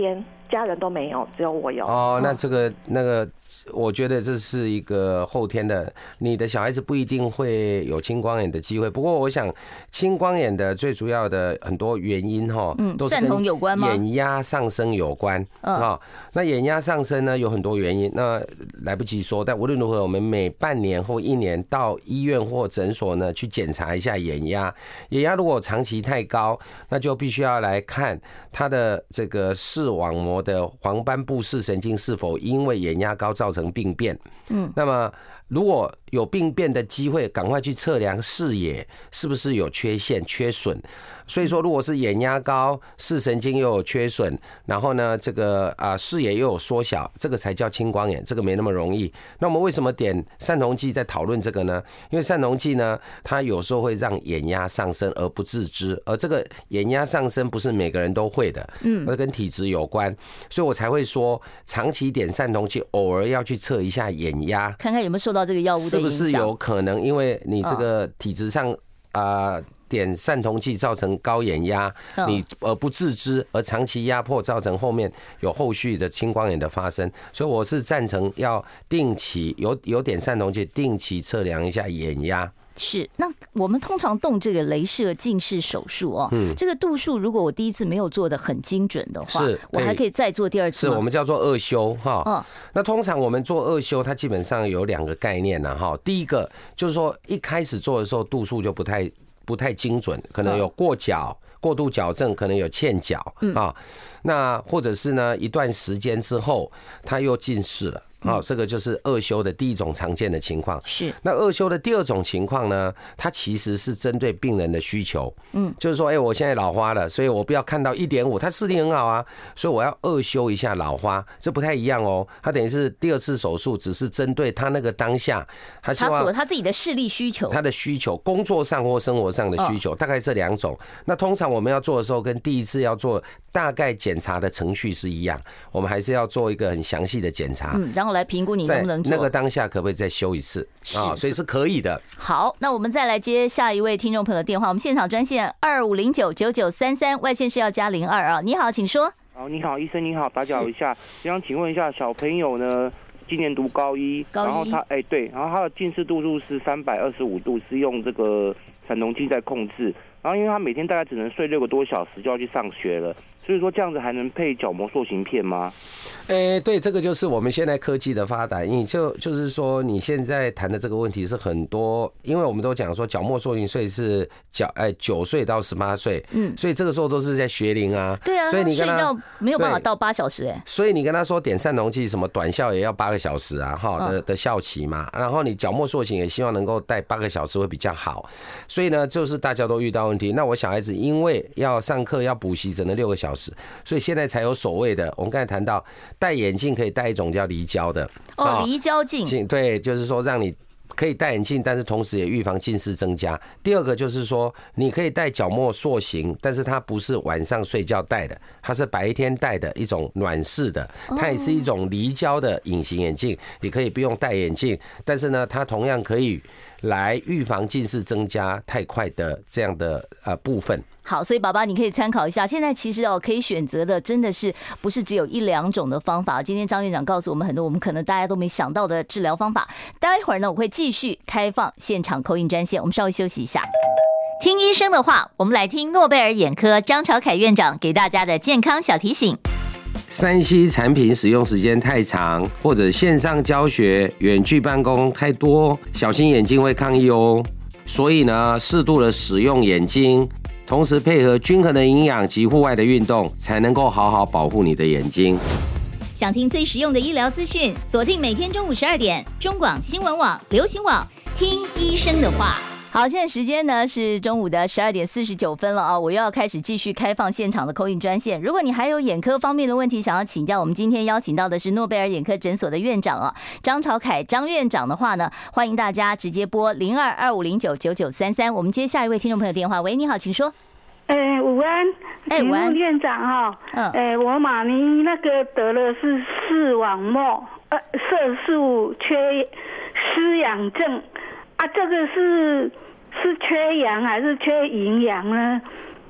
家人都没有，只有我有。 哦，那这个那个，我觉得这是一个后天的，你的小孩子不一定会有青光眼的机会。不过，我想青光眼的最主要的很多原因哈， 嗯， 都是散瞳有关吗？ 眼压上升有关啊。那眼压上升呢，有很多原因，那来不及说。但无论如何，我们每半年或一年到医院或诊所呢去检查一下眼压。眼压如果长期太高，那就必须要来看它的这个视网膜的黄斑部视神经是否因为眼压高造成病变。嗯，那么如果有病变的机会，赶快去测量视野是不是有缺陷、缺损。所以说，如果是眼压高、视神经又有缺损，然后呢，这个啊视野又有缩小，这个才叫青光眼，这个没那么容易。那我们为什么点散瞳剂在讨论这个呢？因为散瞳剂呢，它有时候会让眼压上升而不自知，而这个眼压上升不是每个人都会的，嗯，那跟体质有关，所以我才会说，长期点散瞳剂，偶尔要去测一下眼压， 看看有没有受到这个药物的影响， 是不是有可能因为你这个体质上啊。呃点散瞳剂造成高眼压，你而不自知，而长期压迫造成后面有后续的青光眼的发生，所以我是赞成要定期有有点散瞳剂，定期测量一下眼压。 是，那我们通常动这个雷射近视手术哦，嗯，这个度数如果我第一次没有做的很精准的话，是，我还可以再做第二次吗？ 是我们叫做二修哈。嗯，那通常我们做二修，它基本上有两个概念呢哈。第一个就是说一开始做的时候度数就不太。不太精准，可能有过矫、过度矫正，可能有欠矫啊。那或者是呢，一段时间之后，他又近视了。好，这个就是二修的第一种常见的情况。是，那二修的第二种情况呢，它其实是针对病人的需求。嗯，就是说，哎、欸，我现在老花了，所以我不要看到一点五，它视力很好啊，所以我要二修一下老花，这不太一样哦。它等于是第二次手术，只是针对他那个当下，他希望他他自己的视力需求， 他的需求，工作上或生活上的需求，大概这两种。那通常我们要做的时候，跟第一次要做大概检查的程序是一样，我们还是要做一个很详细的检查。嗯， 然后来评估你能不能做。 那个当下可不可以再修一次啊？所以是可以的。 好，那我们再来接下一位听众朋友的电话，我们现场专线二五零九九九三三，外线是要加零二啊。你好，请说。 好，你好，医生你好，打搅一下，想请问一下，小朋友呢，今年读高一， 高一然后他哎、欸、对，然后他的近视度数是三百二十五度，是用这个散瞳剂在控制，然后因为他每天大概只能睡六个多小时就要去上学了。所以说这样子还能配角膜塑形片吗？ 诶、欸，对，这个就是我们现在科技的发达。你就就是说，你现在谈的这个问题是很多，因为我们都讲说角膜塑形岁是角哎九岁到十八岁，嗯，所以这个时候都是在学龄啊。 对啊， 所以你跟他睡觉没有办法到八小时哎、欸。 所以你跟他说点散瞳剂什么短效也要八个小时啊，哈的的效期嘛。然后你角膜塑形也希望能够戴八个小时会比较好。所以呢，就是大家都遇到问题。那我小孩子因为要上课要补习，只能六个小时。所以现在才有所谓的，我们刚才谈到戴眼镜可以戴一种叫离焦的哦，离焦镜， 对，就是说让你可以戴眼镜，但是同时也预防近视增加。第二个就是说，你可以戴角膜塑形，但是它不是晚上睡觉戴的，它是白天戴的一种暖式的，它也是一种离焦的隐形眼镜，你可以不用戴眼镜，但是呢，它同样可以来预防近视增加太快的这样的呃部分。 好，所以爸爸你可以参考一下。现在其实哦，可以选择的真的是不是只有一两种的方法。今天张院长告诉我们很多我们可能大家都没想到的治疗方法。待会儿呢，我会继续开放现场call in专线，我们稍微休息一下。听医生的话，我们来听诺贝尔眼科张朝凯院长给大家的健康小提醒。 三 C 产品使用时间太长，或者线上教学、远距办公太多，小心眼睛会抗议哦。所以呢，适度的使用眼睛，同时配合均衡的营养及户外的运动，才能够好好保护你的眼睛。 想听最实用的医疗资讯，锁定每天中午十二点，中广新闻网、流行网，听医生的话。 好，现在时间呢是中午的十二点四十九分了啊！我又要开始继续开放现场的call in专线。如果你还有眼科方面的问题想要请教，我们今天邀请到的是诺贝尔眼科诊所的院长啊，张朝凯张院长的话呢，欢迎大家直接拨零二二五零九九九三三。我们接下一位听众朋友电话，喂，你好，请说。 哎、欸，午安， 哎，午安， 院长哈，嗯，哎、欸，我妈咪那个得了是视网膜呃色素缺失养症啊，这个是是缺氧还是缺营养呢？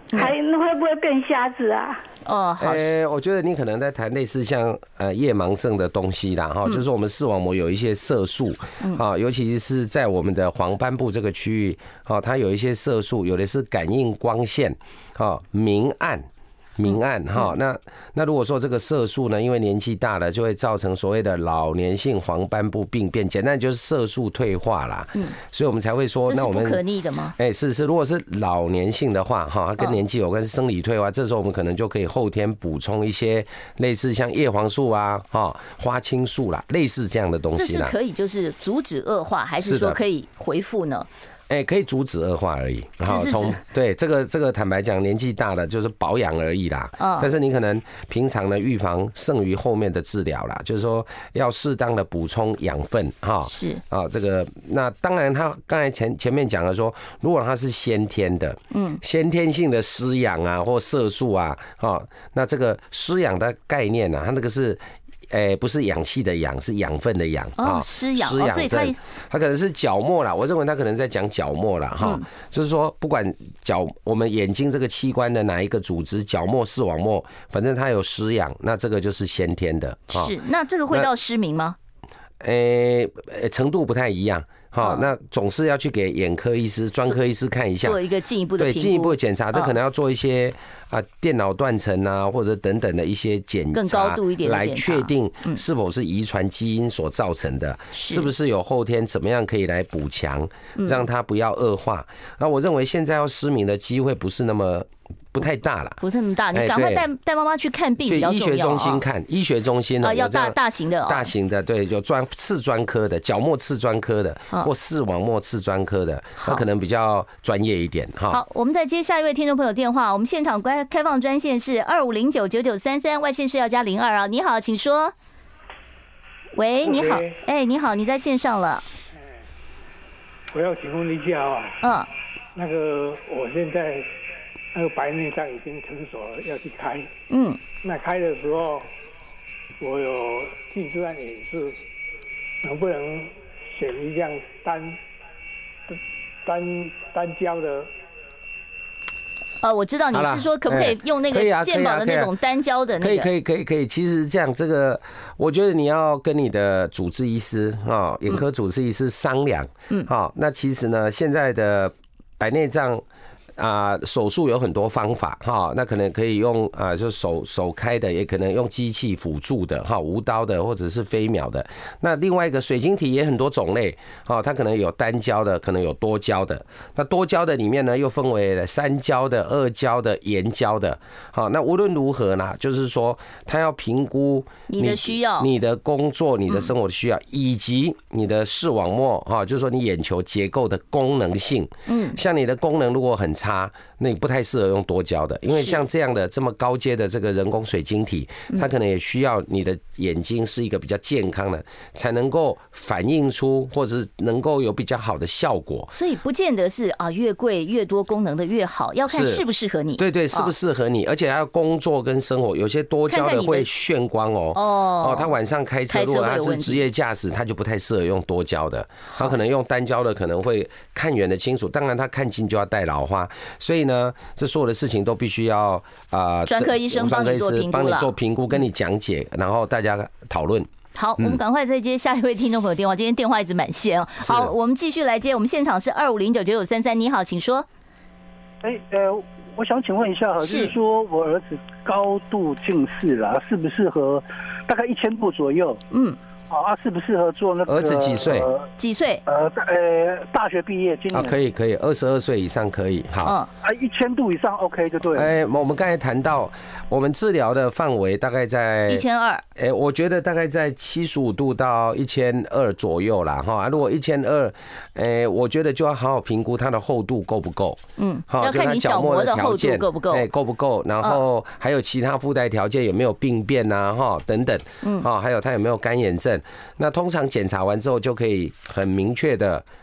还会不会变瞎子啊？ 哦，好。 呃，我觉得你可能在谈类似像呃夜盲症的东西啦，哈、嗯，就是我们视网膜有一些色素，啊、嗯，尤其是在我们的黄斑部这个区域，啊，它有一些色素，有的是感应光线，啊，明暗。明暗哈，那那如果说这个色素呢，因为年纪大了，就会造成所谓的老年性黄斑部病变，简单就是色素退化啦。嗯，所以我们才会说，那我们这是不可逆的吗？ 哎、欸，是是，如果是老年性的话，哈，它跟年纪有关，是生理退化，这时候我们可能就可以后天补充一些类似像叶黄素啊、哈花青素啦，类似这样的东西啦。 这是可以就是阻止恶化，还是说可以恢复呢？ 哎、欸，可以阻止恶化而已。然后从对这个这个坦白讲，年纪大了就是保养而已啦。嗯，但是你可能平常的预防胜于后面的治疗啦，就是说要适当的补充养分哈。 是啊，这个那当然他刚才前前面讲了说，如果他是先天的，嗯，先天性的失养啊或色素啊，哈，那这个失养的概念啊，它那个是。哎、欸，不是氧气的氧，是养分的养啊。 哦，失氧， 失氧症， 所以它可能是角膜啦。我认为他可能在讲角膜啦，哈、嗯，就是说不管角我们眼睛这个器官的哪一个组织，角膜、视网膜，反正它有失氧，那这个就是先天的。 是，那这个会到失明吗？ 诶、欸，程度不太一样。好，那总是要去给眼科医师、专科医师看一下， 做一个进一步的评估， 对进一步的检查，这可能要做一些啊电脑断层啊，或者等等的一些检查， 更高度一点的来确定是否是遗传基因所造成的，是不是有后天怎么样可以来补强，让它不要恶化。那我认为现在要失明的机会不是那么。不太大了， 不是那么大，你赶快带带妈妈去看病比较重要。 去医学中心看，医学中心啊，要大大型的， 大型的，对，有专次专科的，角膜次专科的，或视网膜次专科的，那可能比较专业一点哈。 好，我们再接下一位听众朋友电话，我们现场开开放专线是二五零九九九三三，外线是要加零二啊。你好，请说。喂，你好，哎，你好，你在线上了。 我要请问一下啊，嗯，那个我现在。那个白内障已经成熟了，要去开。嗯，那开的时候，我有近视和远视，能不能选一项单单单焦的？ 哦，我知道你是说可不可以用那个健保的那种单焦的那个？ 可以可以可以可以。其实这样，这个我觉得你要跟你的主治医师啊，眼科主治医师商量。嗯，好，那其实呢，现在的白内障。啊，手术有很多方法哈，那可能可以用啊，就手手开的，也可能用机器辅助的哈，无刀的或者是飞秒的。那另外一个水晶体也很多种类哈，它可能有单焦的，可能有多焦的。那多焦的里面呢，又分为了三焦的、二焦的、延焦的。好，那无论如何呢，就是说它要评估你的需要、 你的工作、你的生活的需要，以及你的视网膜哈，就是说你眼球结构的功能性。嗯，像你的功能如果很差。那你不太适合用多焦的，因为像这样的这么高阶的这个人工水晶体，它可能也需要你的眼睛是一个比较健康的，才能够反映出或者是能够有比较好的效果。 所以不见得是啊，越贵越多功能的越好，要看适不适合你。 对对，适不适合你，而且还要工作跟生活。有些多焦的会眩光哦。哦，他晚上开车，如果他是职业驾驶，他就不太适合用多焦的，他可能用单焦的可能会看远的清楚，当然他看近就要戴老花。所以呢，这所有的事情都必须要啊， 专科医生帮你做评估， 帮你做评估，跟你讲解，然后大家讨论。 好，我们赶快再接下一位听众朋友电话。今天电话一直满线哦。好，我们继续来接。我们现场是二五零九九九三三。你好，请说。 哎，呃，我想请问一下哈，就是说我儿子高度近视啦，适不适合大概一千度左右？嗯。啊，适不适合做那个？ 儿子几岁？ 呃、 几岁？ 呃呃，大学毕业，今年。 啊，可以可以，二十二岁以上可以。好。嗯。 啊，一千度以上 OK 就对了。 哎，我们刚才谈到，我们治疗的范围大概在一千二。 哎，我觉得大概在七十五度到一千二左右啦，哈。如果一千二，哎，我觉得就要好好评估它的厚度够不够。嗯。好， 要看你角膜的厚度够不够。 哎，够不够？然后还有其他附带条件有没有病变呐？哈，等等。嗯。好，还有他有没有干眼症？那通常检查完之后就可以很明确的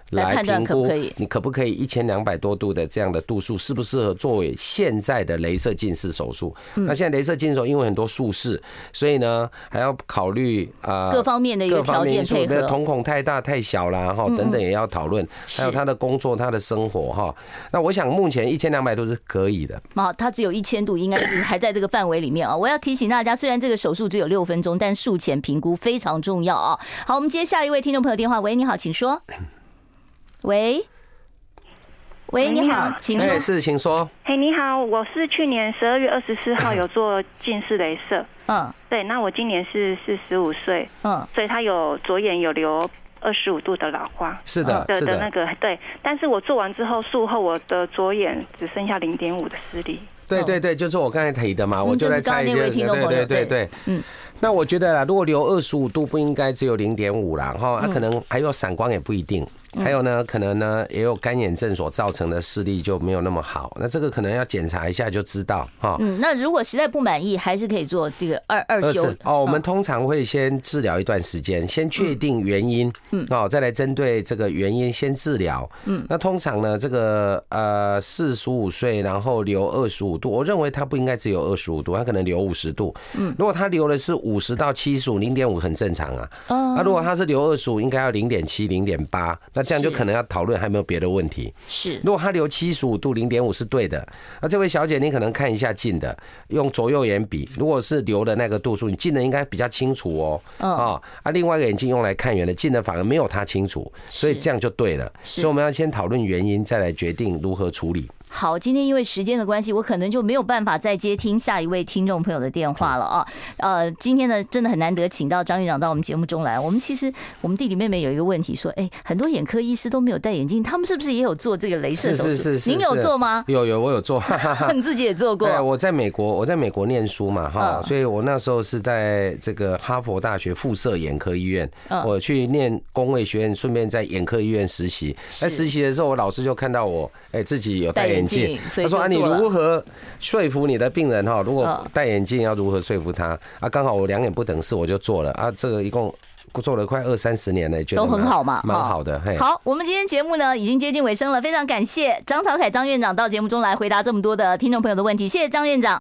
来评估你可不可以一千两百多度的这样的度数适不适合作为现在的雷射近视手术？嗯、那现在雷射近视因为很多术式，所以呢还要考虑啊、呃、 各方面的一个条件配合， 瞳孔太大太小啦哈等等也要讨论，还有他的工作他的生活哈。那我想目前一千两百度是可以的。 啊，它只有一千度，应该是还在这个范围里面啊。我要提醒大家，虽然这个手术只有六分钟，但术前评估非常重要啊。好，我们接下一位听众朋友电话，喂，你好，请说。喂，喂，你好，请说。 是，请说。 嘿，你好，我是去年十二月二十四号有做近视雷射，嗯，对，那我今年是四十五岁，嗯，所以他有左眼有留二十五度的老花， 是的， 的的那个对，但是我做完之后，术后我的左眼只剩下零点五的视力。 对对对，就是我刚才提的嘛，我就在猜一个， 对对对对，嗯。那我觉得啦，如果留二十五度不应该只有零点五啦，哈，那可能还有散光也不一定，还有呢，可能呢也有干眼症所造成的视力就没有那么好，那这个可能要检查一下就知道哈。 嗯，那如果实在不满意，还是可以做这个二二修哦。我们通常会先治疗一段时间，先确定原因，嗯，哦，再来针对这个原因先治疗。嗯，那通常呢，这个呃四十五岁然后留二十五度，我认为他不应该只有二十五度，他可能留五十度。嗯，如果他留的是五十到七十五，零点五很正常啊。哦。那如果他是留二十五，应该要零点七、零点八，那这样就可能要讨论还有没有别的问题。 是。 如果他留七十五度，零点五是对的，那这位小姐你可能看一下近的，用左右眼比，如果是留的那个度数，你近的应该比较清楚哦。嗯。啊，啊，另外一个眼镜用来看远的，近的反而没有他清楚，所以这样就对了。所以我们要先讨论原因，再来决定如何处理。 好，今天因为时间的关系，我可能就没有办法再接听下一位听众朋友的电话了啊。呃，今天呢，真的很难得请到张院长到我们节目中来。我们其实我们弟弟妹妹有一个问题说，哎，很多眼科医师都没有戴眼镜，他们是不是也有做这个雷射手术？ 是是是。 您有做吗？ 有有，我有做。 你自己也做过？ 对，我在美国，我在美国念书嘛，哈，所以我那时候是在这个哈佛大学附设眼科医院，我去念工卫学院，顺便在眼科医院实习。在实习的时候，我老师就看到我，哎，自己有戴眼镜，他说。啊，你如何说服你的病人哈？如果戴眼镜要如何说服他啊？刚好我两眼不等事，我就做了啊。这个一共做了快二三十年了，觉得都很好嘛， 蛮好的。 好，我们今天节目呢已经接近尾声了，非常感谢张朝凯张院长到节目中来回答这么多的听众朋友的问题，谢谢张院长。